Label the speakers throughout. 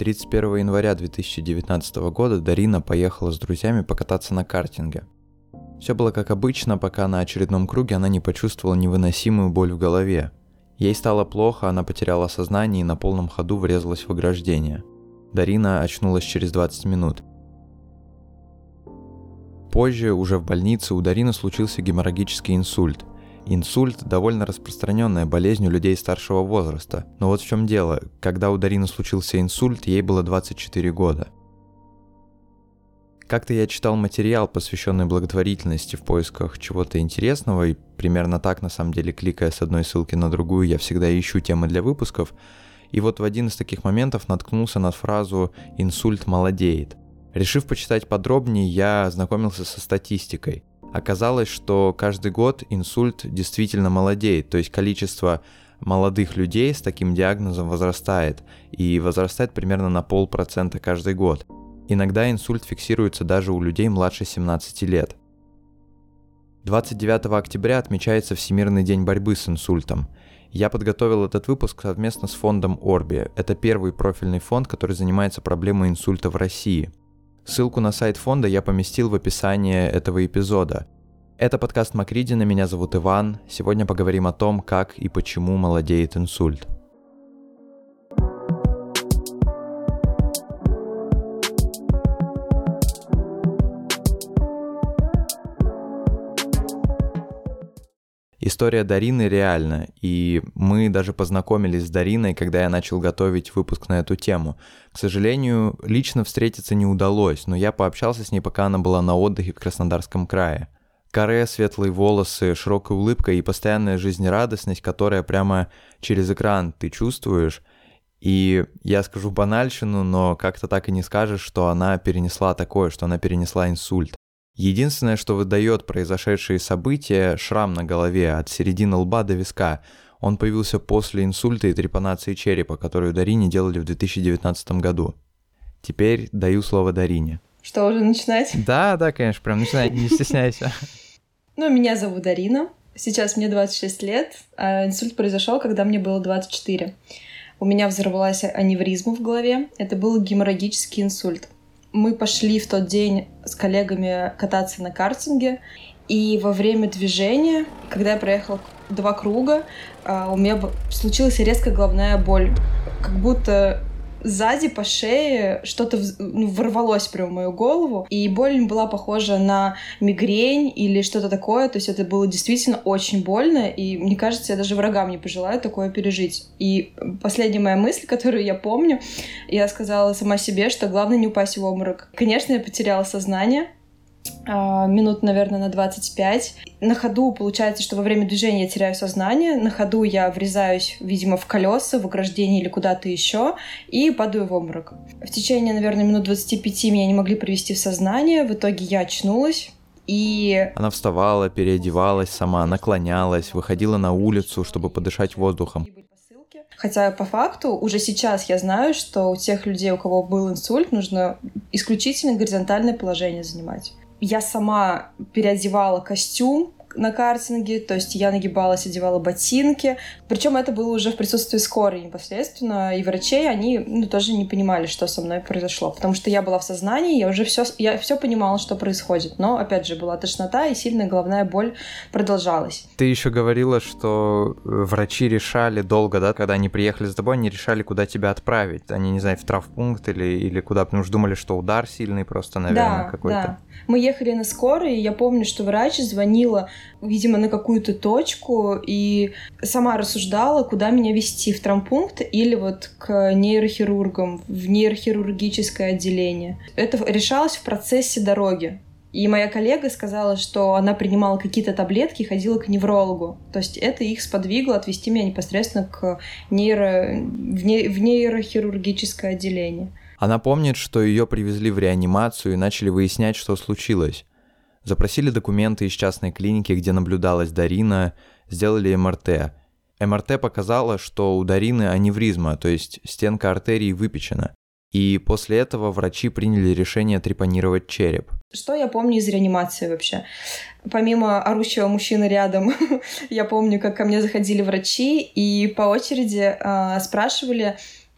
Speaker 1: 31 января 2019 года Дарина поехала с друзьями покататься на картинге. Все было как обычно, пока на очередном круге она не почувствовала невыносимую боль в голове. Ей стало плохо, она потеряла сознание и на полном ходу врезалась в ограждение. Дарина очнулась через 20 минут. Позже, уже в больнице, у Дарины случился геморрагический инсульт. Инсульт – довольно распространенная болезнь у людей старшего возраста. Но вот в чем дело. Когда у Дарины случился инсульт, ей было 24 года. Как-то я читал материал, посвященный благотворительности в поисках чего-то интересного, и примерно так, на самом деле, кликая с одной ссылки на другую, я всегда ищу темы для выпусков. И вот в один из таких моментов наткнулся на фразу «инсульт молодеет». Решив почитать подробнее, я ознакомился со статистикой. Оказалось, что каждый год инсульт действительно молодеет, то есть количество молодых людей с таким диагнозом возрастает, и возрастает примерно на 0,5% каждый год. Иногда инсульт фиксируется даже у людей младше 17 лет. 29 октября отмечается Всемирный день борьбы с инсультом. Я подготовил этот выпуск совместно с фондом Orbi. Это первый профильный фонд, который занимается проблемой инсульта в России. Ссылку на сайт фонда я поместил в описании этого эпизода. Это подкаст Макридина, меня зовут Иван. Сегодня поговорим о том, как и почему молодеет инсульт. История Дарины реальна, и мы даже познакомились с Дариной, когда я начал готовить выпуск на эту тему. К сожалению, лично встретиться не удалось, но я пообщался с ней, пока она была на отдыхе в Краснодарском крае. Каре, светлые волосы, широкая улыбка и постоянная жизнерадостность, которая прямо через экран ты чувствуешь. И я скажу банальщину, но как-то так и не скажешь, что она перенесла такое, что она перенесла инсульт. Единственное, что выдает произошедшие события, шрам на голове от середины лба до виска. Он появился после инсульта и трепанации черепа, которую Дарине делали в 2019 году. Теперь даю слово Дарине.
Speaker 2: Что, уже начинать?
Speaker 1: Да, конечно, прям начинай, не стесняйся.
Speaker 2: Меня зовут Дарина. Сейчас мне 26 лет, а инсульт произошел, когда мне было 24. У меня взорвалась аневризма в голове. Это был геморрагический инсульт. Мы пошли в тот день с коллегами кататься на картинге, и во время движения, когда я проехала 2 круга, у меня случилась резкая головная боль. Как будто сзади по шее что-то ворвалось прямо в мою голову, и боль была похожа на мигрень или что-то такое, то есть это было действительно очень больно, и мне кажется, я даже врагам не пожелаю такое пережить. И последняя моя мысль, которую я помню, я сказала сама себе, что главное не упасть в обморок. Конечно, я потеряла сознание, минут, наверное, на 25. На ходу получается, что во время движения я теряю сознание, на ходу я врезаюсь, видимо, в колеса, в ограждение или куда-то еще, и падаю в обморок. В течение, наверное, минут 25 меня не могли привести в сознание, в итоге я очнулась. И
Speaker 1: она вставала, переодевалась сама, наклонялась, выходила на улицу, чтобы подышать воздухом.
Speaker 2: Хотя по факту уже сейчас я знаю, что у тех людей, у кого был инсульт, нужно исключительно горизонтальное положение занимать. Я сама переодевала костюм на картинге, то есть я нагибалась, одевала ботинки. Причем это было уже в присутствии скорой непосредственно, и врачей, они тоже не понимали, что со мной произошло, потому что я была в сознании, я все понимала, что происходит, но, опять же, была тошнота, и сильная головная боль продолжалась.
Speaker 1: Ты еще говорила, что врачи решали долго, да, когда они приехали за тобой, они решали, куда тебя отправить. Они, не знаю, в травмпункт или куда, потому что думали, что удар сильный просто, наверное, какой-то.
Speaker 2: Да. Мы ехали на скорой, и я помню, что врач звонила, видимо, на какую-то точку, и сама рассуждала, куда меня везти, в травмпункт или вот к нейрохирургам, в нейрохирургическое отделение. Это решалось в процессе дороги. И моя коллега сказала, что она принимала какие-то таблетки и ходила к неврологу. То есть это их сподвигло отвезти меня непосредственно в нейрохирургическое отделение.
Speaker 1: Она помнит, что ее привезли в реанимацию и начали выяснять, что случилось. Запросили документы из частной клиники, где наблюдалась Дарина, сделали МРТ. МРТ показало, что у Дарины аневризма, то есть стенка артерии выпечена. И после этого врачи приняли решение трепанировать череп.
Speaker 2: Что я помню из реанимации вообще? Помимо орущего мужчины рядом, я помню, как ко мне заходили врачи и по очереди спрашивали,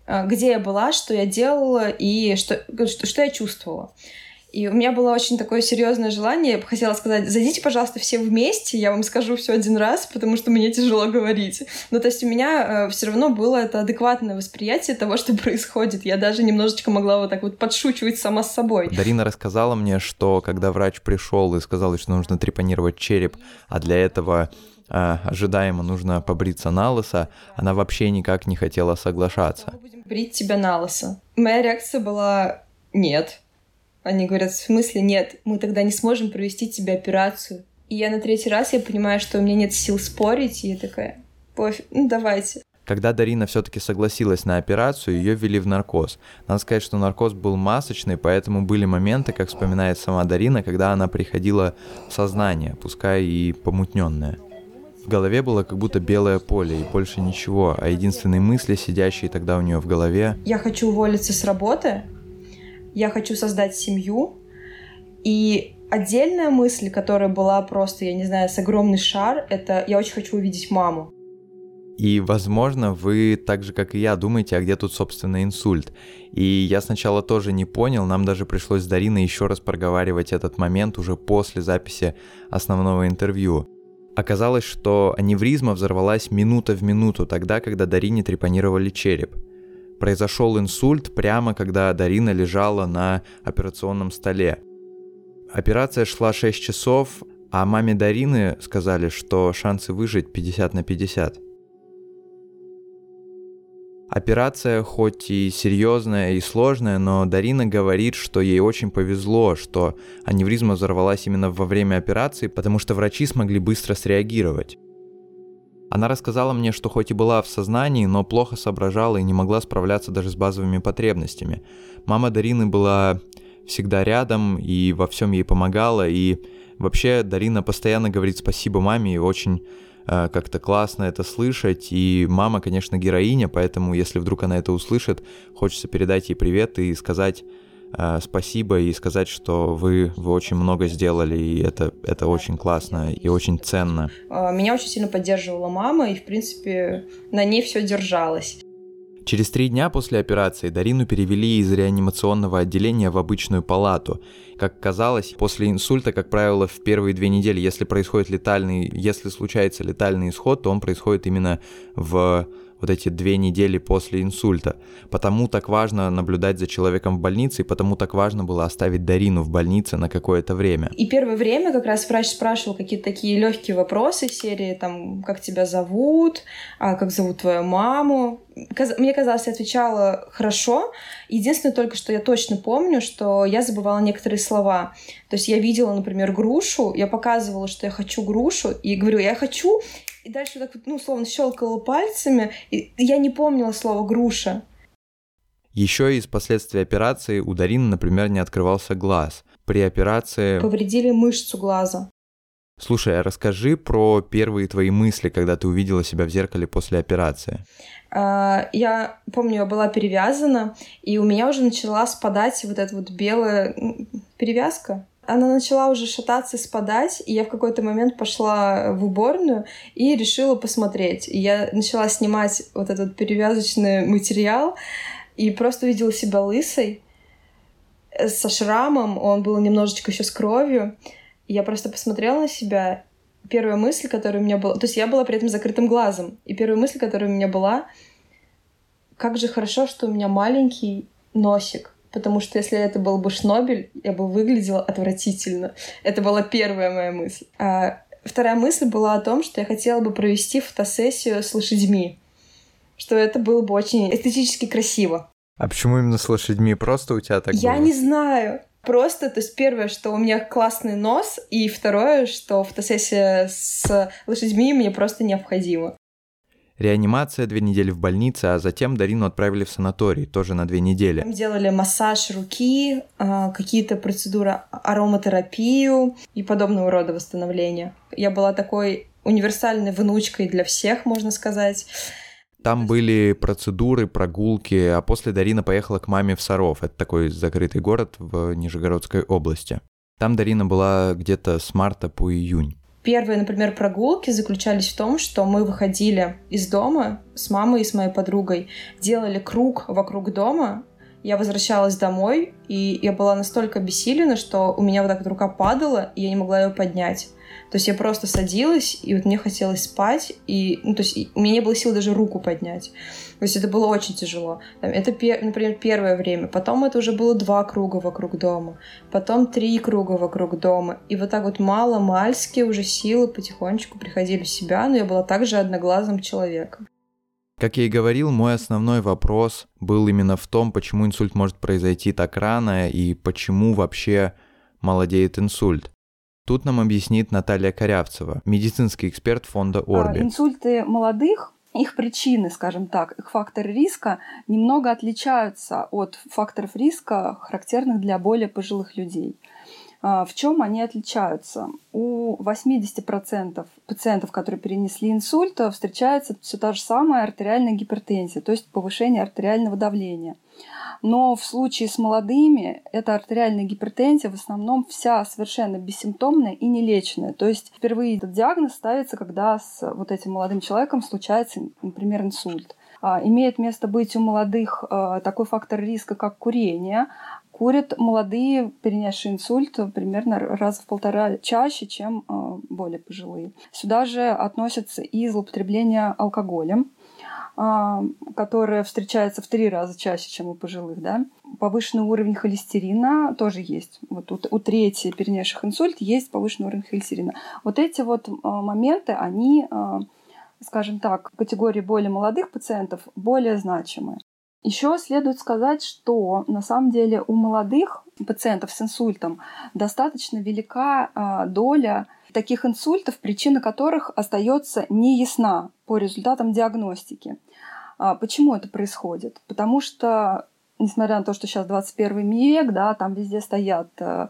Speaker 2: где я была, что я делала и что я чувствовала. И у меня было очень такое серьезное желание. Я бы хотела сказать: зайдите, пожалуйста, все вместе, я вам скажу все один раз, потому что мне тяжело говорить. Ну, то есть у меня все равно было это адекватное восприятие того, что происходит. Я даже немножечко могла вот так вот подшучивать сама с собой.
Speaker 1: Дарина рассказала мне, что когда врач пришел и сказал, что нужно трепанировать череп, а для этого ожидаемо нужно побриться на лысо, она вообще никак не хотела соглашаться.
Speaker 2: Мы будем брить тебя на лысо. Моя реакция была: нет. Они говорят: в смысле нет? Мы тогда не сможем провести тебе операцию. И я на 3-й раз я понимаю, что у меня нет сил спорить, и я такая: пофиг, ну давайте.
Speaker 1: Когда Дарина все-таки согласилась на операцию, ее ввели в наркоз. Надо сказать, что наркоз был масочный, поэтому были моменты, как вспоминает сама Дарина, когда она приходила в сознание, пускай и помутненное. В голове было как будто белое поле и больше ничего, а единственные мысли, сидящие тогда у нее в голове:
Speaker 2: я хочу уволиться с работы, я хочу создать семью. И отдельная мысль, которая была просто, я не знаю, с огромный шар, это: я очень хочу увидеть маму.
Speaker 1: И, возможно, вы так же, как и я, думаете, а где тут, собственно, инсульт? И я сначала тоже не понял, нам даже пришлось с Дариной еще раз проговаривать этот момент уже после записи основного интервью. Оказалось, что аневризма взорвалась минута в минуту тогда, когда Дарине трепанировали череп. Произошел инсульт прямо когда Дарина лежала на операционном столе. Операция шла 6 часов, а маме Дарины сказали, что шансы выжить 50/50. Операция хоть и серьезная и сложная, но Дарина говорит, что ей очень повезло, что аневризма взорвалась именно во время операции, потому что врачи смогли быстро среагировать. Она рассказала мне, что хоть и была в сознании, но плохо соображала и не могла справляться даже с базовыми потребностями. Мама Дарины была всегда рядом и во всем ей помогала, и вообще Дарина постоянно говорит спасибо маме, и очень как-то классно это слышать, и мама, конечно, героиня, поэтому если вдруг она это услышит, хочется передать ей привет и сказать спасибо, и сказать, что вы очень много сделали, и это очень классно и очень ценно.
Speaker 2: Меня очень сильно поддерживала мама, и, в принципе, на ней все держалось.
Speaker 1: Через 3 дня после операции Дарину перевели из реанимационного отделения в обычную палату. Как казалось, после инсульта, как правило, в первые 2 недели, если случается летальный исход, то он происходит именно в вот эти 2 недели после инсульта. Потому так важно наблюдать за человеком в больнице, и потому так важно было оставить Дарину в больнице на какое-то время.
Speaker 2: И первое время как раз врач спрашивал какие-то такие легкие вопросы серии, там, как тебя зовут, как зовут твою маму. Мне казалось, я отвечала хорошо. Единственное только, что я точно помню, что я забывала некоторые слова. То есть я видела, например, грушу, я показывала, что я хочу грушу, и говорю: я хочу. И дальше так вот, условно, щелкала пальцами, и я не помнила слово «груша».
Speaker 1: Еще из последствий операции у Дарины, например, не открывался глаз. При операции
Speaker 2: повредили мышцу глаза.
Speaker 1: Слушай, а расскажи про первые твои мысли, когда ты увидела себя в зеркале после операции.
Speaker 2: Я помню, я была перевязана, и у меня уже начала спадать вот эта вот белая перевязка. Она начала уже шататься и спадать, и я в какой-то момент пошла в уборную и решила посмотреть. И я начала снимать вот этот перевязочный материал, и просто увидела себя лысой, со шрамом, он был немножечко еще с кровью. И я просто посмотрела на себя. Первая мысль, которая у меня была... То есть я была при этом закрытым глазом. И первая мысль, которая у меня была: как же хорошо, что у меня маленький носик. Потому что если это был бы шнобель, я бы выглядела отвратительно. Это была первая моя мысль. А вторая мысль была о том, что я хотела бы провести фотосессию с лошадьми. Что это было бы очень эстетически красиво.
Speaker 1: А почему именно с лошадьми? Просто у тебя так было?
Speaker 2: Я не знаю. Просто, то есть первое, что у меня классный нос, и второе, что фотосессия с лошадьми мне просто необходима.
Speaker 1: Реанимация 2 недели в больнице, а затем Дарину отправили в санаторий, тоже на 2 недели.
Speaker 2: Там делали массаж руки, какие-то процедуры, ароматерапию и подобного рода восстановления. Я была такой универсальной внучкой для всех, можно сказать.
Speaker 1: Там были процедуры, прогулки, а после Дарина поехала к маме в Саров. Это такой закрытый город в Нижегородской области. Там Дарина была где-то с марта по июнь.
Speaker 2: Первые, например, прогулки заключались в том, что мы выходили из дома с мамой и с моей подругой, делали круг вокруг дома. Я возвращалась домой, и я была настолько обессилена, что у меня вот так вот рука падала, и я не могла ее поднять. То есть я просто садилась, и вот мне хотелось спать, и, то есть у меня не было сил даже руку поднять. То есть это было очень тяжело. Это, например, первое время. Потом это уже было 2 круга вокруг дома. Потом 3 круга вокруг дома. И вот так вот мало-мальски уже силы потихонечку приходили в себя, но я была также одноглазым человеком.
Speaker 1: Как я и говорил, мой основной вопрос был именно в том, почему инсульт может произойти так рано и почему вообще молодеет инсульт. Тут нам объяснит Наталья Корявцева, медицинский эксперт фонда Орби.
Speaker 3: Инсульты молодых, их причины, скажем так, их факторы риска немного отличаются от факторов риска, характерных для более пожилых людей. В чем они отличаются? У 80% пациентов, которые перенесли инсульт, встречается все та же самая артериальная гипертензия, то есть повышение артериального давления. Но в случае с молодыми эта артериальная гипертензия в основном вся совершенно бессимптомная и нелеченная. То есть впервые этот диагноз ставится, когда с вот этим молодым человеком случается, например, инсульт. Имеет место быть у молодых такой фактор риска, как курение. Курят молодые, перенесшие инсульт, примерно раза в 1,5 чаще, чем более пожилые. Сюда же относятся и злоупотребление алкоголем, которое встречается в 3 раза чаще, чем у пожилых. Да? Повышенный уровень холестерина тоже есть. Вот у трети перенесших инсульт есть повышенный уровень холестерина. Вот эти вот моменты, они, скажем так, в категории более молодых пациентов более значимы. Еще следует сказать, что на самом деле у молодых пациентов с инсультом достаточно велика доля таких инсультов, причина которых остается неясна по результатам диагностики. Почему это происходит? Потому что, несмотря на то, что сейчас 21 век, да, там везде стоят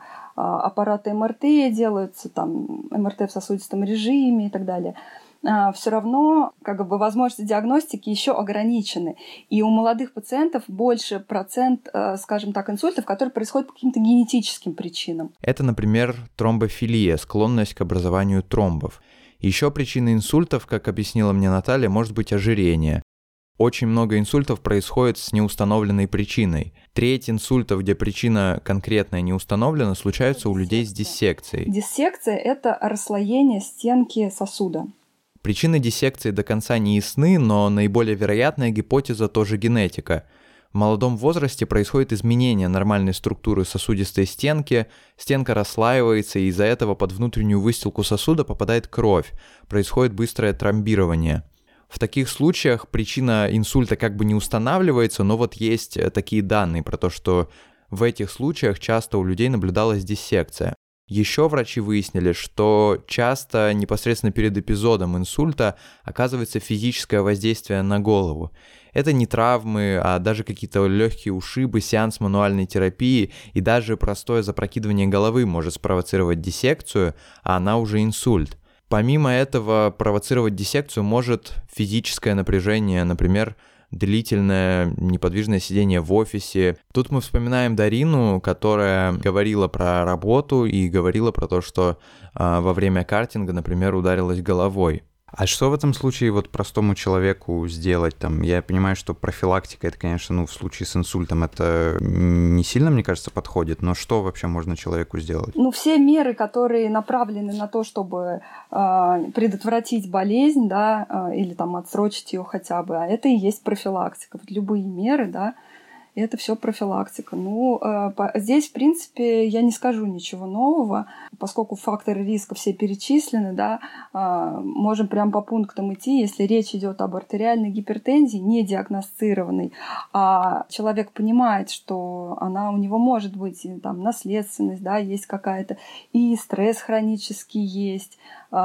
Speaker 3: аппараты МРТ, делаются там МРТ в сосудистом режиме и так далее, все равно возможности диагностики еще ограничены. И у молодых пациентов больше процент, скажем так, инсультов, которые происходят по каким-то генетическим причинам.
Speaker 1: Это, например, тромбофилия, склонность к образованию тромбов. Еще причиной инсультов, как объяснила мне Наталья, может быть ожирение. Очень много инсультов происходит с неустановленной причиной. Треть инсультов, где причина конкретная не установлена, случаются у людей с диссекцией.
Speaker 3: Диссекция – это расслоение стенки сосуда.
Speaker 1: Причины диссекции до конца не ясны, но наиболее вероятная гипотеза тоже генетика. В молодом возрасте происходит изменение нормальной структуры сосудистой стенки, стенка расслаивается, и из-за этого под внутреннюю выстилку сосуда попадает кровь, происходит быстрое тромбирование. В таких случаях причина инсульта как бы не устанавливается, но вот есть такие данные про то, что в этих случаях часто у людей наблюдалась диссекция. Еще врачи выяснили, что часто непосредственно перед эпизодом инсульта оказывается физическое воздействие на голову. Это не травмы, а даже какие-то легкие ушибы, сеанс мануальной терапии и даже простое запрокидывание головы может спровоцировать диссекцию, а она уже инсульт. Помимо этого, провоцировать диссекцию может физическое напряжение, например, длительное неподвижное сидение в офисе. Тут мы вспоминаем Дарину, которая говорила про работу и говорила про то, что во время картинга, например, ударилась головой.
Speaker 4: А что в этом случае вот простому человеку сделать? Там, я понимаю, что профилактика, это, конечно, в случае с инсультом это не сильно, мне кажется, подходит, но что вообще можно человеку сделать?
Speaker 3: Все меры, которые направлены на то, чтобы предотвратить болезнь, да, или там отсрочить ее хотя бы, а это и есть профилактика. Вот любые меры, да, это все профилактика. Здесь, в принципе, я не скажу ничего нового, поскольку факторы риска все перечислены, да, можем прям по пунктам идти. Если речь идет об артериальной гипертензии, не диагностированной, а человек понимает, что она у него может быть, там, наследственность, да, есть какая-то, и стресс хронический есть,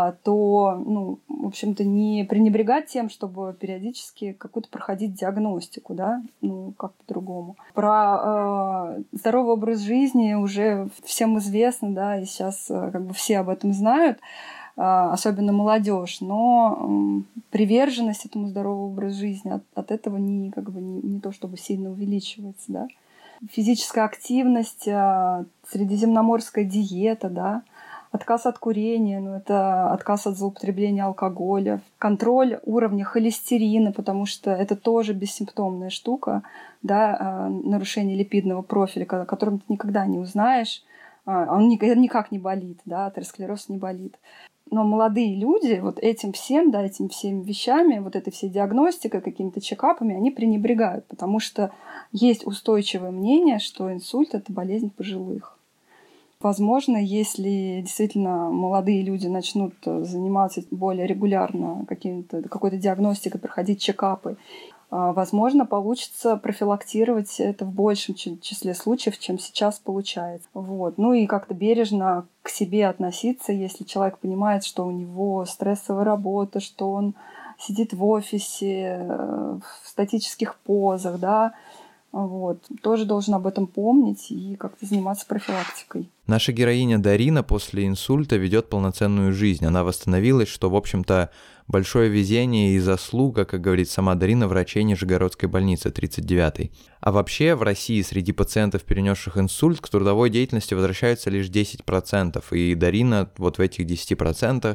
Speaker 3: то, в общем-то, не пренебрегать тем, чтобы периодически какую-то проходить диагностику, да, как по-другому. Про здоровый образ жизни уже всем известно, да, и сейчас все об этом знают, особенно молодежь, но приверженность этому здоровому образу жизни от этого не то чтобы сильно увеличивается, да. Физическая активность, средиземноморская диета, да, отказ от курения, это отказ от злоупотребления алкоголя, контроль уровня холестерина, потому что это тоже бессимптомная штука, да, нарушение липидного профиля, о котором ты никогда не узнаешь, он никак не болит, да, атеросклероз не болит. Но молодые люди вот этим всем вещами, вот этой всей диагностикой, какими-то чекапами, они пренебрегают, потому что есть устойчивое мнение, что инсульт – это болезнь пожилых. Возможно, если действительно молодые люди начнут заниматься более регулярно какой-то диагностикой, проходить чекапы, возможно, получится профилактировать это в большем числе случаев, чем сейчас получается. Вот. Ну и как-то бережно к себе относиться, если человек понимает, что у него стрессовая работа, что он сидит в офисе, в статических позах, да, вот. Тоже должен об этом помнить и как-то заниматься профилактикой.
Speaker 1: Наша героиня Дарина после инсульта ведет полноценную жизнь. Она восстановилась, что, в общем-то, большое везение и заслуга, как говорит сама Дарина, врачей Нижегородской больницы 39-й. А вообще в России среди пациентов, перенесших инсульт, к трудовой деятельности возвращаются лишь 10%. И Дарина вот в этих 10%,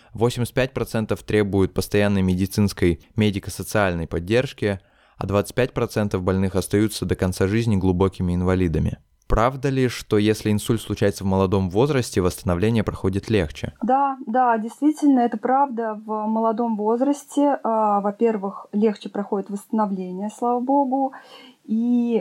Speaker 1: 85% требуют постоянной медицинской медико-социальной поддержки, а 25% больных остаются до конца жизни глубокими инвалидами. Правда ли, что если инсульт случается в молодом возрасте, восстановление проходит легче?
Speaker 3: Да, действительно, это правда. В молодом возрасте, во-первых, легче проходит восстановление, слава богу, и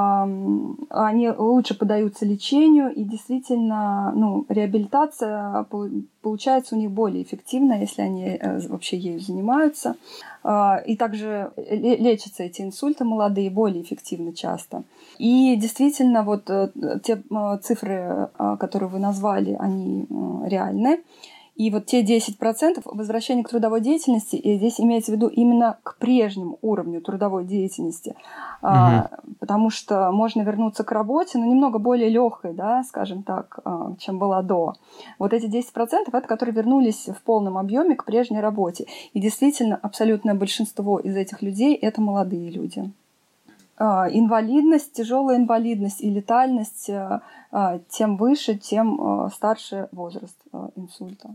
Speaker 3: они лучше поддаются лечению, и действительно, реабилитация получается у них более эффективно, если они вообще ею занимаются. И также лечатся эти инсульты молодые более эффективно часто. И действительно, вот те цифры, которые вы назвали, они реальны. И вот те 10% возвращения к трудовой деятельности, и здесь имеется в виду именно к прежнему уровню трудовой деятельности, потому что можно вернуться к работе, но немного более легкой, да, скажем так, чем была до. Вот эти 10% это которые вернулись в полном объеме к прежней работе. И действительно, абсолютное большинство из этих людей это молодые люди. Инвалидность, тяжелая инвалидность и летальность тем выше, тем старше возраст инсульта.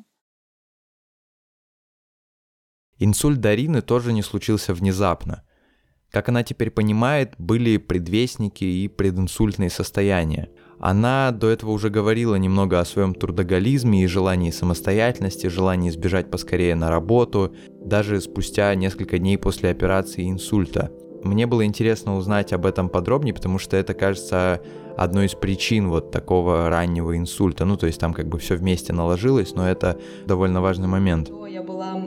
Speaker 1: Инсульт Дарины тоже не случился внезапно. Как она теперь понимает, были предвестники и прединсультные состояния. Она до этого уже говорила немного о своем трудоголизме и желании самостоятельности, желании сбежать поскорее на работу, даже спустя несколько дней после операции инсульта. Мне было интересно узнать об этом подробнее, потому что это, кажется, одной из причин вот такого раннего инсульта. То есть там как бы все вместе наложилось, но это довольно важный момент.
Speaker 2: Я была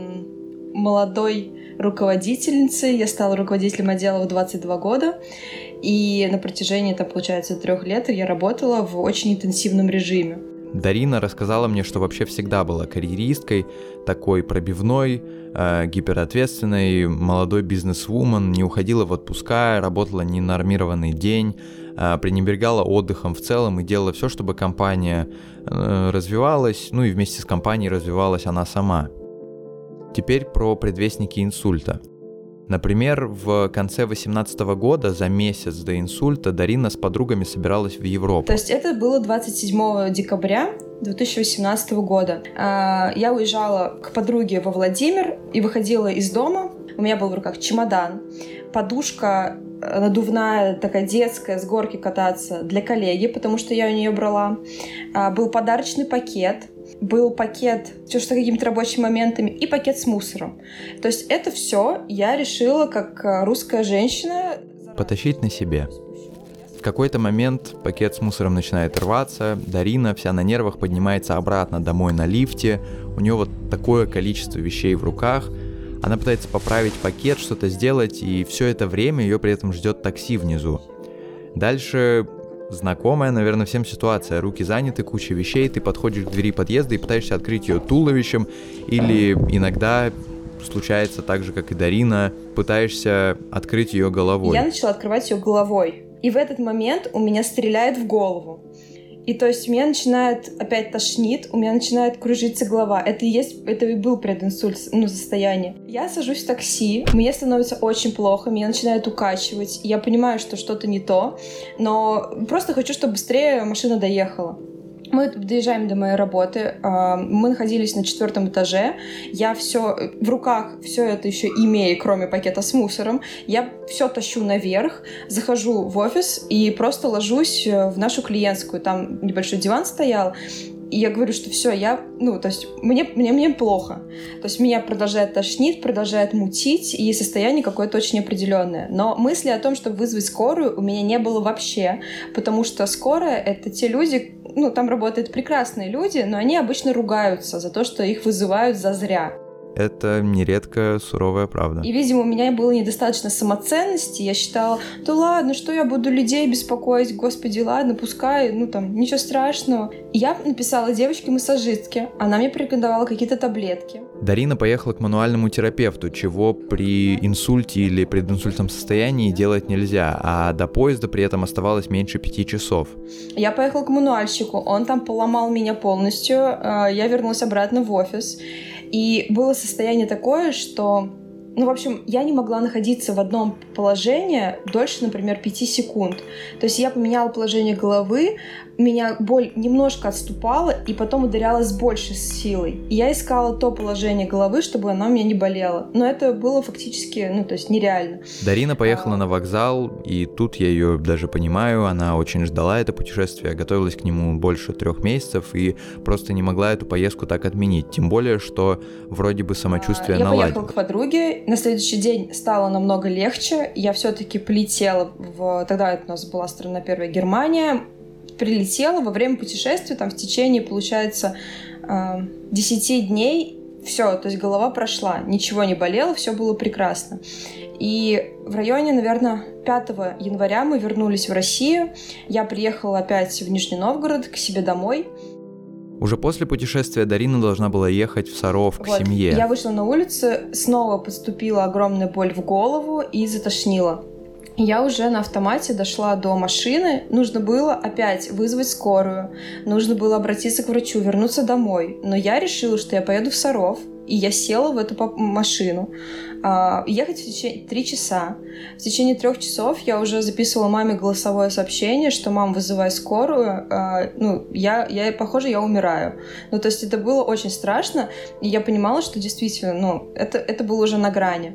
Speaker 2: молодой руководительницей, я стала руководителем отдела в 22 года, и на протяжении, получается, 3 лет я работала в очень интенсивном режиме.
Speaker 1: Дарина рассказала мне, что вообще всегда была карьеристкой, такой пробивной, гиперответственной, молодой бизнесвумен, не уходила в отпуска, работала ненормированный день, пренебрегала отдыхом в целом и делала все, чтобы компания развивалась, и вместе с компанией развивалась она сама. Теперь про предвестники инсульта. Например, в конце 2018 года, за месяц до инсульта, Дарина с подругами собиралась в Европу.
Speaker 2: То есть это было 27 декабря 2018 года. Я уезжала к подруге во Владимир и выходила из дома. У меня был в руках чемодан, подушка надувная, такая детская, с горки кататься для коллеги, потому что я у нее брала. Был подарочный пакет. Был пакет все что какими-то рабочими моментами и пакет с мусором. То есть это все я решила, как русская женщина,
Speaker 1: потащить на себе. В какой-то момент пакет с мусором начинает рваться, Дарина вся на нервах поднимается обратно домой на лифте, у нее вот такое количество вещей в руках, она пытается поправить пакет, что-то сделать, и все это время ее при этом ждет такси внизу. Дальше знакомая, наверное, всем ситуация. Руки заняты, куча вещей, ты подходишь к двери подъезда и пытаешься открыть ее туловищем, или иногда случается так же, как и Дарина, пытаешься открыть ее головой.
Speaker 2: Я начала открывать ее головой, и в этот момент у меня стреляет в голову. И то есть меня начинает опять тошнит, у меня начинает кружиться голова. Это и был прединсульт, состояние. Я сажусь в такси, мне становится очень плохо, меня начинает укачивать. Я понимаю, что что-то не то, но просто хочу, чтобы быстрее машина доехала. Мы доезжаем до моей работы, мы находились на 4 этаже, я все в руках, все это еще имея, кроме пакета с мусором, я все тащу наверх, захожу в офис и просто ложусь в нашу клиентскую, там небольшой диван стоял, и я говорю, что все, то есть мне плохо. То есть меня продолжает тошнить, продолжает мутить, и состояние какое-то очень определенное. Но мысли о том, чтобы вызвать скорую, у меня не было вообще, потому что скорая — это те люди, там работают прекрасные люди, но они обычно ругаются за то, что их вызывают зазря.
Speaker 1: Это нередко суровая правда.
Speaker 2: И, видимо, у меня было недостаточно самоценности. Я считала, да ладно, что я буду людей беспокоить, господи, ладно, пускай, ничего страшного. И я написала девочке-массажистке, она мне порекомендовала какие-то таблетки.
Speaker 1: Дарина поехала к мануальному терапевту, чего при инсульте или прединсультном состоянии делать нельзя, а до поезда при этом оставалось меньше 5 часов.
Speaker 2: Я поехала к мануальщику, он там поломал меня полностью, я вернулась обратно в офис. И было состояние такое, что, я не могла находиться в одном положении дольше, например, 5 секунд. То есть я поменяла положение головы, меня боль немножко отступала и потом ударяла с большей силой. И я искала то положение головы, чтобы она у меня не болела. Но это было фактически, нереально.
Speaker 1: Дарина поехала на вокзал, и тут я ее даже понимаю, она очень ждала это путешествие, готовилась к нему больше 3 месяцев и просто не могла эту поездку так отменить. Тем более, что вроде бы самочувствие наладилось.
Speaker 2: Я поехала к подруге, на следующий день стало намного легче, я все-таки полетела тогда у нас была страна первая Германия, прилетела во время путешествия, в течение, получается, 10 дней, все, то есть голова прошла, ничего не болело, все было прекрасно. И в районе, наверное, 5 января мы вернулись в Россию, я приехала опять в Нижний Новгород к себе домой.
Speaker 1: Уже после путешествия Дарина должна была ехать в Саров к семье.
Speaker 2: Я вышла на улицу, снова поступила огромная боль в голову и затошнила. Я уже на автомате дошла до машины, нужно было опять вызвать скорую, нужно было обратиться к врачу, вернуться домой. Но я решила, что я поеду в Саров, и я села в эту машину. Ехать в течение 3 часа. В течение 3 часов я уже записывала маме голосовое сообщение, что «мам, вызывай скорую», похоже, я умираю. То есть это было очень страшно, и я понимала, что действительно, это было уже на грани.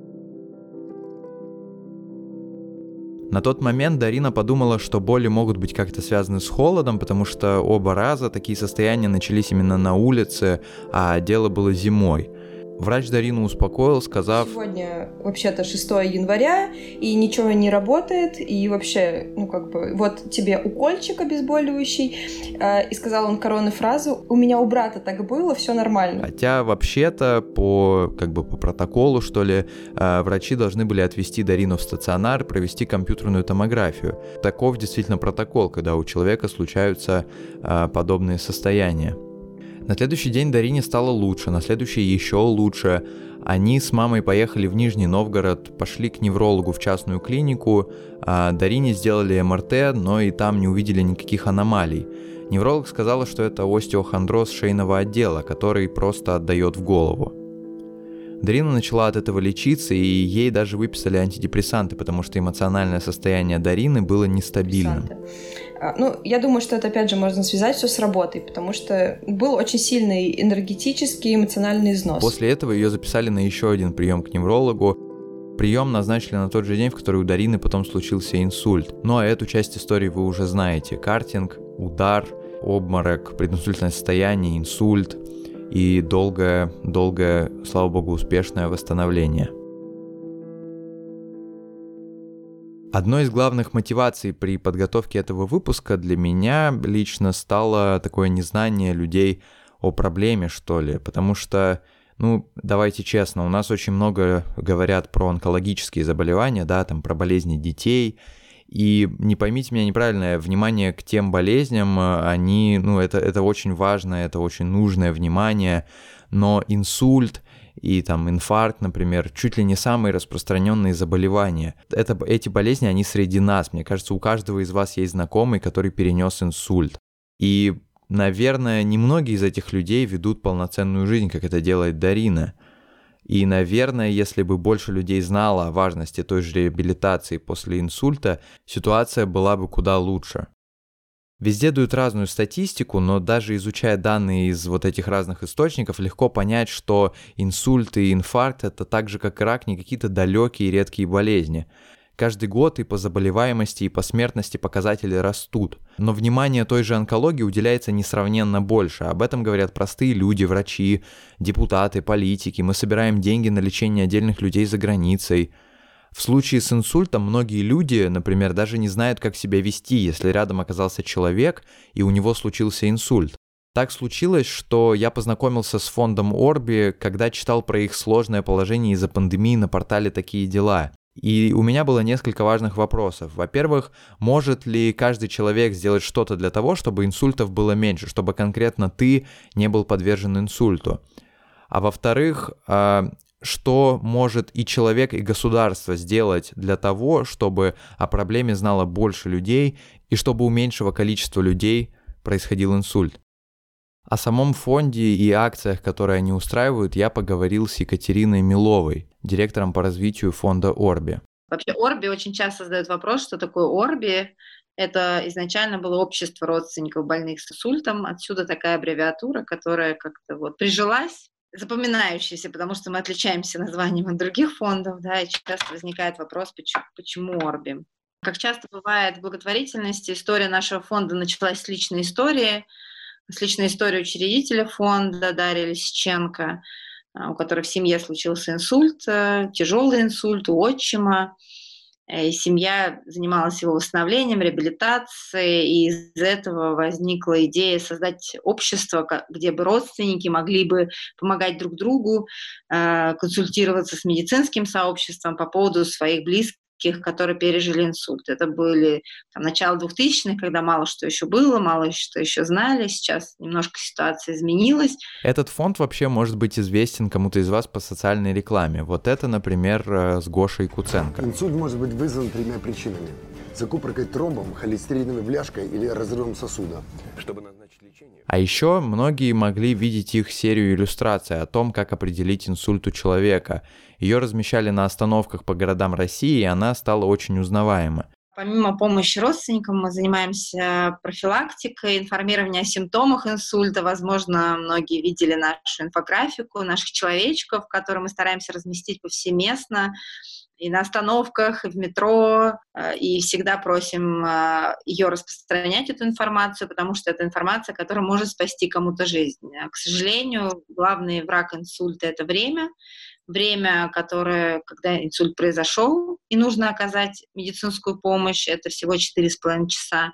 Speaker 1: На тот момент Дарина подумала, что боли могут быть как-то связаны с холодом, потому что оба раза такие состояния начались именно на улице, а дело было зимой. Врач Дарину успокоил, сказав:
Speaker 2: «Сегодня вообще-то 6 января, и ничего не работает, и вообще, вот тебе укольчик обезболивающий». И сказал он коронную фразу: «У меня у брата так было, все нормально».
Speaker 1: Хотя вообще-то по протоколу, что ли, врачи должны были отвезти Дарину в стационар, провести компьютерную томографию. Таков действительно протокол, когда у человека случаются подобные состояния. На следующий день Дарине стало лучше, на следующий еще лучше. Они с мамой поехали в Нижний Новгород, пошли к неврологу в частную клинику. Дарине сделали МРТ, но и там не увидели никаких аномалий. Невролог сказала, что это остеохондроз шейного отдела, который просто отдает в голову. Дарина начала от этого лечиться, и ей даже выписали антидепрессанты, потому что эмоциональное состояние Дарины было нестабильным.
Speaker 2: Я думаю, что это, опять же, можно связать все с работой, потому что был очень сильный энергетический, эмоциональный износ.
Speaker 1: После этого ее записали на еще один прием к неврологу. Прием назначили на тот же день, в который у Дарины потом случился инсульт. Ну а эту часть истории вы уже знаете. Картинг, удар, обморок, прединсультное состояние, инсульт и долгое, слава богу, успешное восстановление. Одной из главных мотиваций при подготовке этого выпуска для меня лично стало такое незнание людей о проблеме, что ли, потому что, давайте честно, у нас очень много говорят про онкологические заболевания, про болезни детей, и не поймите меня неправильно, внимание к тем болезням, это очень важное, это очень нужное внимание, но инсульт и инфаркт, например, чуть ли не самые распространенные заболевания. Эти болезни, они среди нас. Мне кажется, у каждого из вас есть знакомый, который перенес инсульт. И, наверное, немногие из этих людей ведут полноценную жизнь, как это делает Дарина. И, наверное, если бы больше людей знало о важности той же реабилитации после инсульта, ситуация была бы куда лучше. Везде дают разную статистику, но даже изучая данные из вот этих разных источников, легко понять, что инсульт и инфаркт — это так же, как и рак, не какие-то далекие и редкие болезни. Каждый год и по заболеваемости, и по смертности показатели растут. Но внимание той же онкологии уделяется несравненно больше. Об этом говорят простые люди, врачи, депутаты, политики. Мы собираем деньги на лечение отдельных людей за границей. В случае с инсультом многие люди, например, даже не знают, как себя вести, если рядом оказался человек, и у него случился инсульт. Так случилось, что я познакомился с фондом Орби, когда читал про их сложное положение из-за пандемии на портале «Такие дела». И у меня было несколько важных вопросов. Во-первых, может ли каждый человек сделать что-то для того, чтобы инсультов было меньше, чтобы конкретно ты не был подвержен инсульту? А во-вторых, что может и человек, и государство сделать для того, чтобы о проблеме знало больше людей и чтобы у меньшего количества людей происходил инсульт? О самом фонде и акциях, которые они устраивают, я поговорил с Екатериной Миловой, директором по развитию фонда Орби.
Speaker 5: Вообще Орби очень часто задают вопрос, что такое Орби. Это изначально было общество родственников больных с инсультом. Отсюда такая аббревиатура, которая как-то вот прижилась, запоминающаяся, потому что мы отличаемся названием от других фондов, да, и часто возникает вопрос, почему Орби. Как часто бывает в благотворительности, история нашего фонда началась с личной истории учредителя фонда Дарьи Лисиченко, у которой в семье случился инсульт, тяжелый инсульт у отчима. И семья занималась его восстановлением, реабилитацией, и из этого возникла идея создать общество, где бы родственники могли бы помогать друг другу, консультироваться с медицинским сообществом по поводу своих близких, которые пережили инсульт. Это были начало 2000-х, когда мало что еще было, мало что еще знали. Сейчас немножко ситуация изменилась.
Speaker 1: Этот фонд вообще может быть известен кому-то из вас по социальной рекламе. Вот это, например, с Гошей Куценко.
Speaker 6: Инсульт может быть вызван тремя причинами. Закупоркой тромбом, холестериновой бляшкой или разрывом сосуда. Чтобы назначить лечение...
Speaker 1: А еще многие могли видеть их серию иллюстраций о том, как определить инсульт у человека. Ее размещали на остановках по городам России, и она стала очень узнаваема.
Speaker 5: Помимо помощи родственникам мы занимаемся профилактикой, информированием о симптомах инсульта. Возможно, многие видели нашу инфографику, наших человечков, которые мы стараемся разместить повсеместно и на остановках, и в метро, и всегда просим ее распространять, эту информацию, потому что это информация, которая может спасти кому-то жизнь. К сожалению, главный враг инсульта — это время, которое, когда инсульт произошел, и нужно оказать медицинскую помощь, это всего 4,5 часа.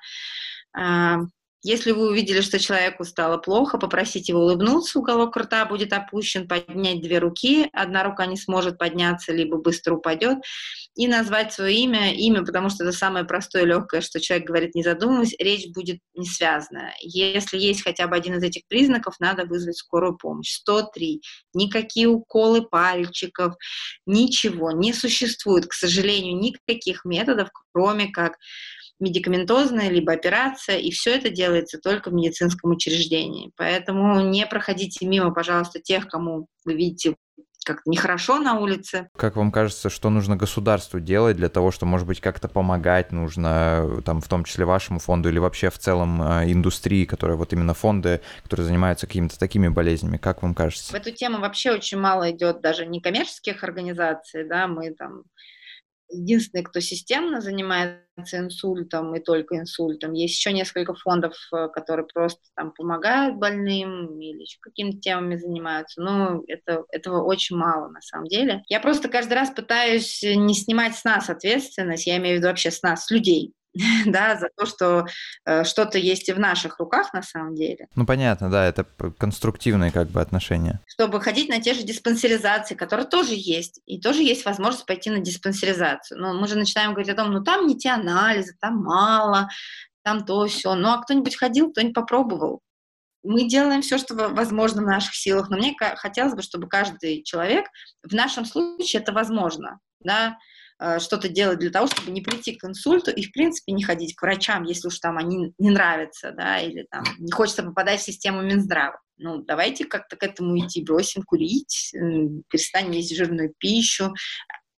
Speaker 5: Если вы увидели, что человеку стало плохо, попросите его улыбнуться, уголок рта будет опущен, поднять 2 руки, одна рука не сможет подняться, либо быстро упадет, и назвать свое имя, потому что это самое простое и легкое, что человек говорит, не задумываясь, речь будет не связанная. Если есть хотя бы один из этих признаков, надо вызвать скорую помощь. 103. Никакие уколы пальчиков, ничего не существует, к сожалению, никаких методов, кроме как медикаментозная, либо операция, и все это делается только в медицинском учреждении. Поэтому не проходите мимо, пожалуйста, тех, кому вы видите как-то нехорошо на улице.
Speaker 1: Как вам кажется, что нужно государству делать для того, что, может быть, как-то помогать нужно, там, в том числе вашему фонду или вообще в целом индустрии, которая вот именно фонды, которые занимаются какими-то такими болезнями? Как вам кажется?
Speaker 5: В эту тему вообще очень мало идет даже некоммерческих организаций, да, мы там единственный, кто системно занимается инсультом и только инсультом. Есть еще несколько фондов, которые просто там помогают больным или еще какими-то темами занимаются, но этого очень мало на самом деле. Я просто каждый раз пытаюсь не снимать с нас ответственность, я имею в виду вообще с нас, с людей, да, за то, что что-то есть и в наших руках на самом деле.
Speaker 1: Ну, понятно, да, это конструктивные как бы отношения.
Speaker 5: Чтобы ходить на те же диспансеризации, которые тоже есть, и тоже есть возможность пойти на диспансеризацию. Но мы же начинаем говорить о том, ну, там не те анализы, там мало, там то, сё. Ну, а кто-нибудь ходил, кто-нибудь попробовал? Мы делаем все, что возможно в наших силах, но мне хотелось бы, чтобы каждый человек, в нашем случае это возможно, да, что-то делать для того, чтобы не прийти к инсульту и, в принципе, не ходить к врачам, если уж там они не нравятся, да, или там не хочется попадать в систему Минздрава. Ну, давайте как-то к этому идти, бросим курить, перестанем есть жирную пищу.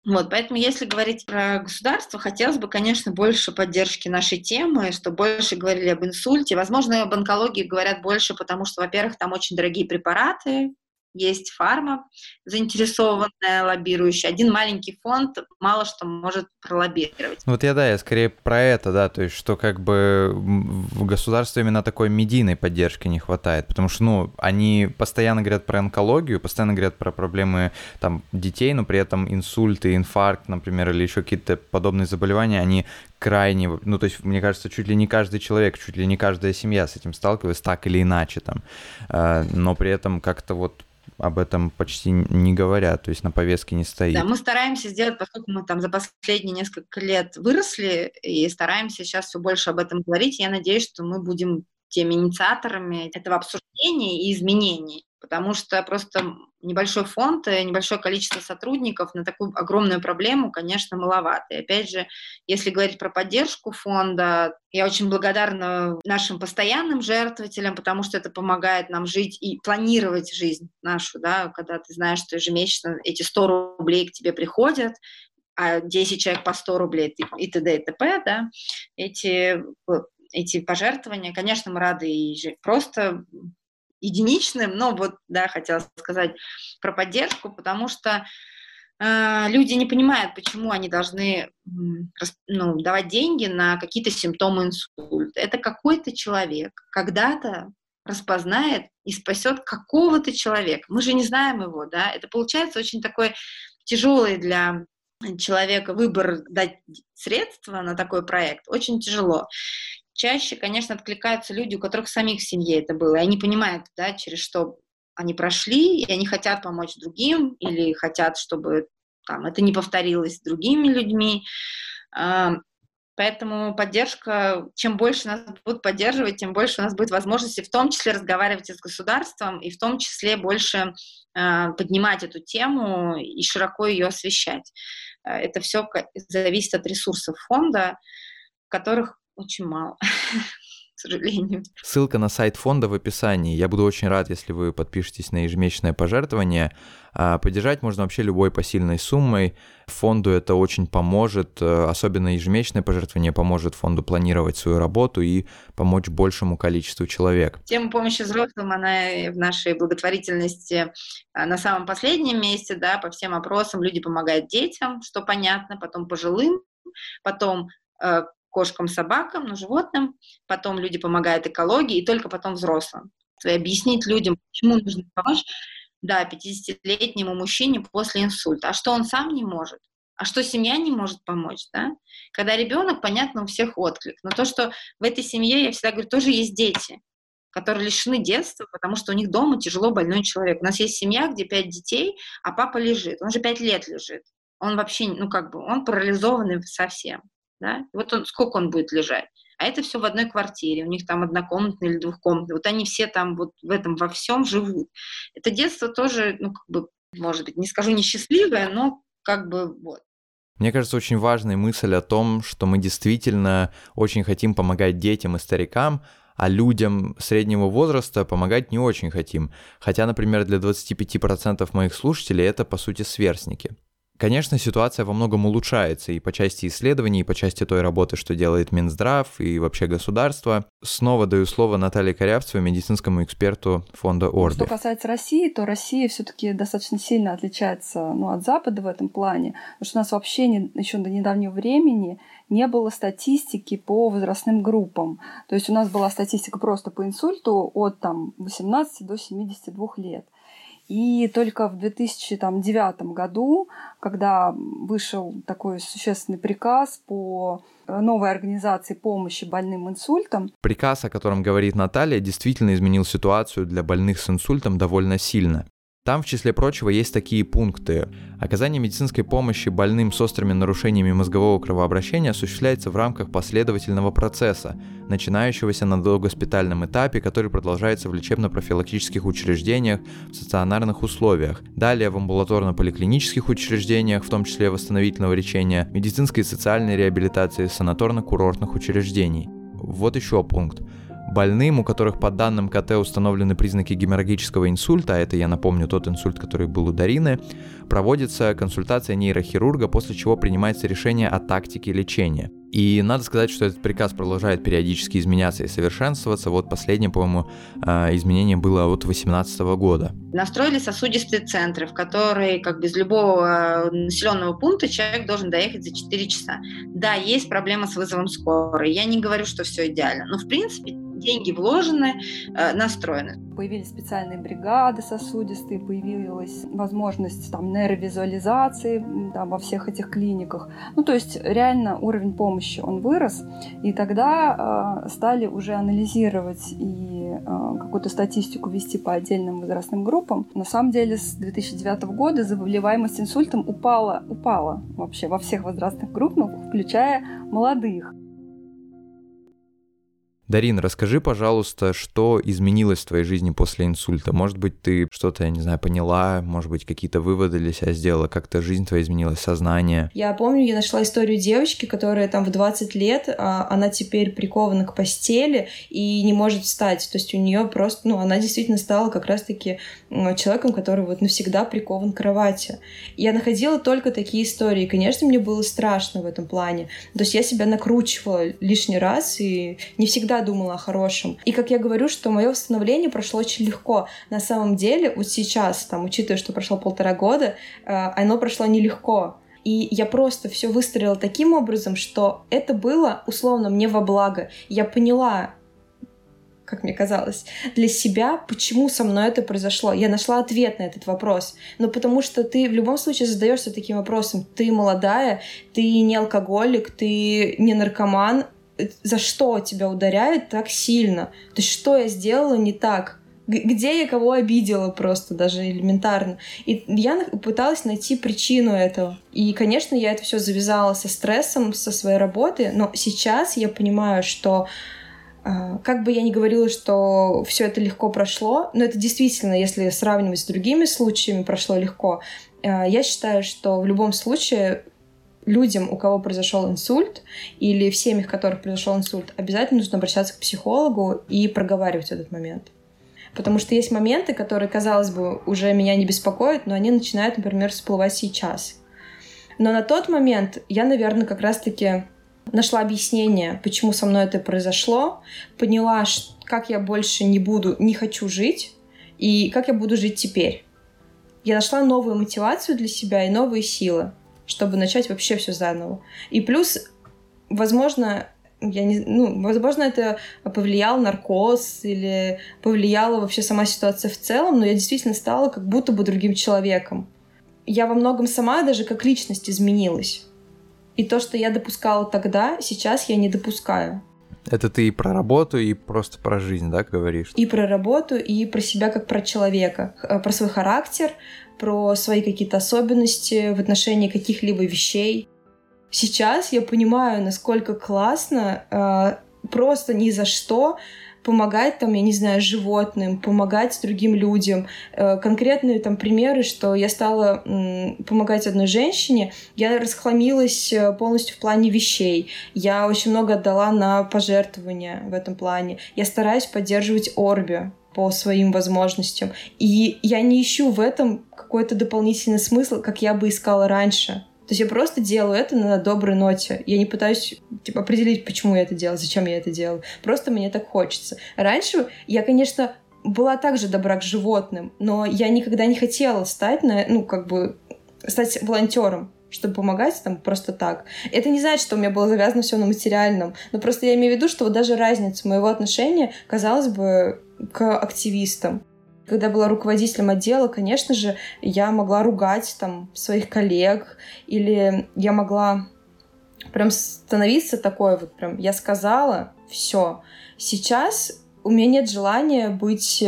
Speaker 5: Вот, поэтому, если говорить про государство, хотелось бы, конечно, больше поддержки нашей темы, чтобы больше говорили об инсульте. Возможно, об онкологии говорят больше, потому что, во-первых, там очень дорогие препараты, есть фарма заинтересованная, лоббирующая. Один маленький фонд мало что может пролоббировать.
Speaker 1: Вот я скорее про это, да, то есть, что как бы в государстве именно такой медийной поддержки не хватает, потому что, они постоянно говорят про онкологию, постоянно говорят про проблемы там детей, но при этом инсульты, инфаркт, например, или еще какие-то подобные заболевания, они крайне, то есть, мне кажется, чуть ли не каждый человек, чуть ли не каждая семья с этим сталкивается так или иначе там, но при этом как-то вот об этом почти не говорят, то есть на повестке не стоит.
Speaker 5: Да, мы стараемся сделать, поскольку мы там за последние несколько лет выросли, и стараемся сейчас все больше об этом говорить. Я надеюсь, что мы будем теми инициаторами этого обсуждения и изменений, потому что просто небольшой фонд и небольшое количество сотрудников на такую огромную проблему, конечно, маловато. И опять же, если говорить про поддержку фонда, я очень благодарна нашим постоянным жертвователям, потому что это помогает нам жить и планировать жизнь нашу, да, когда ты знаешь, что ежемесячно эти 100 рублей к тебе приходят, а 10 человек по 100 рублей и т.д. и т.п., да, эти пожертвования, конечно, мы рады и просто единичным, но вот, да, хотела сказать про поддержку, потому что люди не понимают, почему они должны давать деньги на какие-то симптомы инсульта. Это какой-то человек когда-то распознает и спасет какого-то человека. Мы же не знаем его, да, это получается очень такой тяжелый для человека выбор дать средства на такой проект, очень тяжело. Чаще, конечно, откликаются люди, у которых самих в семье это было, и они понимают, да, через что они прошли, и они хотят помочь другим, или хотят, чтобы там, это не повторилось с другими людьми. Поэтому поддержка, чем больше нас будут поддерживать, тем больше у нас будет возможности в том числе разговаривать и с государством, и в том числе больше поднимать эту тему и широко ее освещать. Это все зависит от ресурсов фонда, которых очень мало, к сожалению.
Speaker 1: Ссылка на сайт фонда в описании. Я буду очень рад, если вы подпишетесь на ежемесячное пожертвование. Поддержать можно вообще любой посильной суммой. Фонду это очень поможет, особенно ежемесячное пожертвование поможет фонду планировать свою работу и помочь большему количеству человек.
Speaker 5: Тема помощи взрослым, она в нашей благотворительности на самом последнем месте, да, по всем опросам люди помогают детям, что понятно, потом пожилым, потом кошкам, собакам, животным, потом люди помогают экологии, и только потом взрослым. И объяснить людям, почему нужно помочь, да, 50-летнему мужчине после инсульта, а что он сам не может, а что семья не может помочь, да? Когда ребенок, понятно, у всех отклик, но то, что в этой семье, я всегда говорю, тоже есть дети, которые лишены детства, потому что у них дома тяжело больной человек. У нас есть семья, где 5 детей, а папа лежит, он же 5 лет лежит, он вообще, он парализованный совсем. Да? Вот сколько он будет лежать. А это все в одной квартире. У них там однокомнатная или двухкомнатная. Вот они все там вот в этом во всем живут. Это детство тоже, может быть, не скажу несчастливое, но вот.
Speaker 1: Мне кажется, очень важной мысль о том, что мы действительно очень хотим помогать детям и старикам, а людям среднего возраста помогать не очень хотим. Хотя, например, для 25% моих слушателей это, по сути, сверстники. Конечно, ситуация во многом улучшается и по части исследований, и по части той работы, что делает Минздрав и вообще государство. Снова даю слово Наталье Корявцевой, медицинскому эксперту фонда Орды.
Speaker 3: Что касается России, то Россия все-таки достаточно сильно отличается от Запада в этом плане, потому что у нас вообще еще до недавнего времени не было статистики по возрастным группам. То есть у нас была статистика просто по инсульту от 18 до 72 лет. И только в 2009 году, когда вышел такой существенный приказ по новой организации помощи больным инсультом.
Speaker 1: Приказ, о котором говорит Наталья, действительно изменил ситуацию для больных с инсультом довольно сильно. Там, в числе прочего, есть такие пункты. Оказание медицинской помощи больным с острыми нарушениями мозгового кровообращения осуществляется в рамках последовательного процесса, начинающегося на догоспитальном этапе, который продолжается в лечебно-профилактических учреждениях в стационарных условиях, далее в амбулаторно-поликлинических учреждениях, в том числе восстановительного лечения, медицинской и социальной реабилитации санаторно-курортных учреждений. Вот еще пункт. Больным, у которых по данным КТ установлены признаки геморрагического инсульта, а это, я напомню, тот инсульт, который был у Дарины, проводится консультация нейрохирурга, после чего принимается решение о тактике лечения. И надо сказать, что этот приказ продолжает периодически изменяться и совершенствоваться. Вот последнее, по-моему, изменение было от 2018 года.
Speaker 5: Настроили сосудистые центры, в которые, как без любого населенного пункта, человек должен доехать за 4 часа. Да, есть проблема с вызовом скорой. Я не говорю, что все идеально, но, в принципе, деньги вложены, настроены.
Speaker 3: Появились специальные бригады сосудистые, появилась возможность там нейровизуализации там, во всех этих клиниках. Ну, то есть реально уровень помощи, он вырос, и тогда стали уже анализировать и какую-то статистику вести по отдельным возрастным группам. На самом деле с 2009 года заболеваемость инсультом упала вообще во всех возрастных группах, включая молодых.
Speaker 1: Дарин, расскажи, пожалуйста, что изменилось в твоей жизни после инсульта? Может быть, ты что-то, я не знаю, поняла, может быть, какие-то выводы для себя сделала, как-то жизнь твоя изменилась, сознание?
Speaker 2: Я помню, я нашла историю девочки, которая там в 20 лет, она теперь прикована к постели и не может встать. То есть у нее просто, она действительно стала как раз-таки человеком, который вот навсегда прикован к кровати. Я находила только такие истории. И, конечно, мне было страшно в этом плане. То есть я себя накручивала лишний раз и не всегда думала о хорошем. И как я говорю, что мое восстановление прошло очень легко. На самом деле, вот сейчас, учитывая, что прошло 1,5 года, оно прошло нелегко. И я просто все выстроила таким образом, что это было, условно, мне во благо. Я поняла, как мне казалось, для себя, почему со мной это произошло. Я нашла ответ на этот вопрос. Но потому что ты в любом случае задаешься таким вопросом. Ты молодая, ты не алкоголик, ты не наркоман. За что тебя ударяют так сильно? То есть что я сделала не так? Где я кого обидела просто, даже элементарно? И я пыталась найти причину этого. И, конечно, я это все завязала со стрессом, со своей работы, но сейчас я понимаю, что как бы я ни говорила, что все это легко прошло, но это действительно, если сравнивать с другими случаями, прошло легко. Я считаю, что в любом случае людям, у кого произошел инсульт, или в семьях, в которых произошел инсульт, обязательно нужно обращаться к психологу и проговаривать этот момент. Потому что есть моменты, которые, казалось бы, уже меня не беспокоят, но они начинают, например, всплывать сейчас. Но на тот момент я, наверное, как раз-таки нашла объяснение, почему со мной это произошло, поняла, как я больше не хочу жить, и как я буду жить теперь. Я нашла новую мотивацию для себя и новые силы, чтобы начать вообще все заново. И плюс, возможно, возможно, это повлиял наркоз или повлияла вообще сама ситуация в целом, но я действительно стала как будто бы другим человеком. Я во многом сама даже как личность изменилась. И то, что я допускала тогда, сейчас я не допускаю.
Speaker 1: Это ты и про работу, и просто про жизнь, да, говоришь?
Speaker 2: И про работу, и про себя как про человека, про свой характер, про свои какие-то особенности в отношении каких-либо вещей. Сейчас я понимаю, насколько классно просто ни за что помогать животным, помогать другим людям. Конкретные примеры, что я стала помогать одной женщине, я расхламилась полностью в плане вещей. Я очень много отдала на пожертвования в этом плане. Я стараюсь поддерживать Орби по своим возможностям. И я не ищу в этом какой-то дополнительный смысл, как я бы искала раньше. То есть я просто делаю это на доброй ноте. Я не пытаюсь определить, почему я это делаю, зачем я это делаю. Просто мне так хочется. Раньше я, конечно, была также добра к животным, но я никогда не хотела стать волонтером, чтобы помогать просто так. Это не значит, что у меня было завязано все на материальном, но просто я имею в виду, что вот даже разница моего отношения, казалось бы, к активистам. Когда была руководителем отдела, конечно же, я могла ругать своих коллег, или я могла прям становиться такой я сказала, все. Сейчас у меня нет желания быть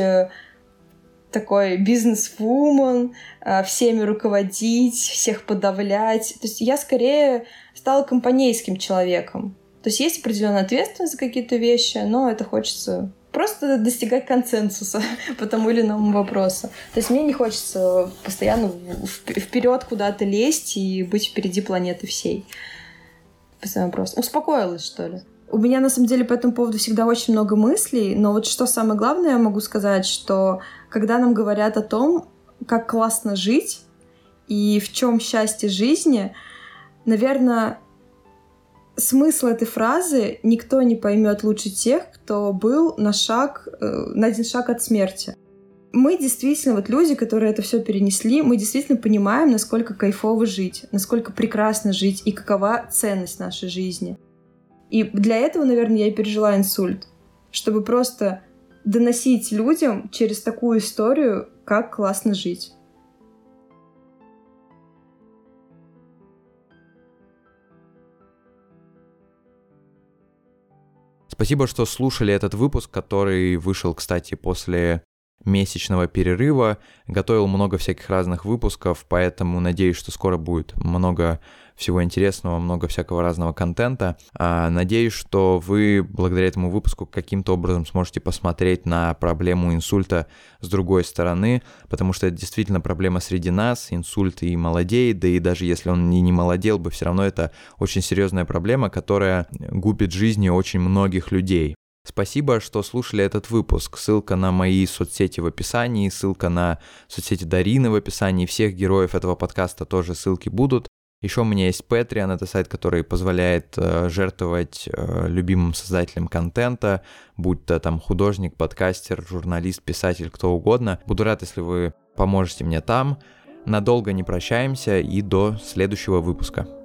Speaker 2: такой бизнес-вумен, всеми руководить, всех подавлять. То есть я скорее стала компанейским человеком. То есть есть определенная ответственность за какие-то вещи, но это хочется просто достигать консенсуса по тому или иному вопросу. То есть мне не хочется постоянно вперед куда-то лезть и быть впереди планеты всей. По своему вопросу. Успокоилась, что ли? У меня, на самом деле, по этому поводу всегда очень много мыслей, но вот что самое главное я могу сказать, что когда нам говорят о том, как классно жить и в чем счастье жизни, наверное, смысл этой фразы никто не поймет лучше тех, кто был на один шаг от смерти. Мы действительно, вот люди, которые это все перенесли, мы действительно понимаем, насколько кайфово жить, насколько прекрасно жить и какова ценность нашей жизни. И для этого, наверное, я и пережила инсульт, чтобы просто доносить людям через такую историю, как классно жить.
Speaker 1: Спасибо, что слушали этот выпуск, который вышел, кстати, после месячного перерыва. Готовил много всяких разных выпусков, поэтому надеюсь, что скоро будет много всего интересного, много всякого разного контента. Надеюсь, что вы благодаря этому выпуску каким-то образом сможете посмотреть на проблему инсульта с другой стороны, потому что это действительно проблема среди нас, инсульт и молодеет, да и даже если он не молодел бы, все равно это очень серьезная проблема, которая губит жизни очень многих людей. Спасибо, что слушали этот выпуск. Ссылка на мои соцсети в описании, ссылка на соцсети Дарины в описании, всех героев этого подкаста тоже ссылки будут. Еще у меня есть Patreon, это сайт, который позволяет жертвовать любимым создателям контента, будь то там художник, подкастер, журналист, писатель, кто угодно. Буду рад, если вы поможете мне там. Надолго не прощаемся и до следующего выпуска.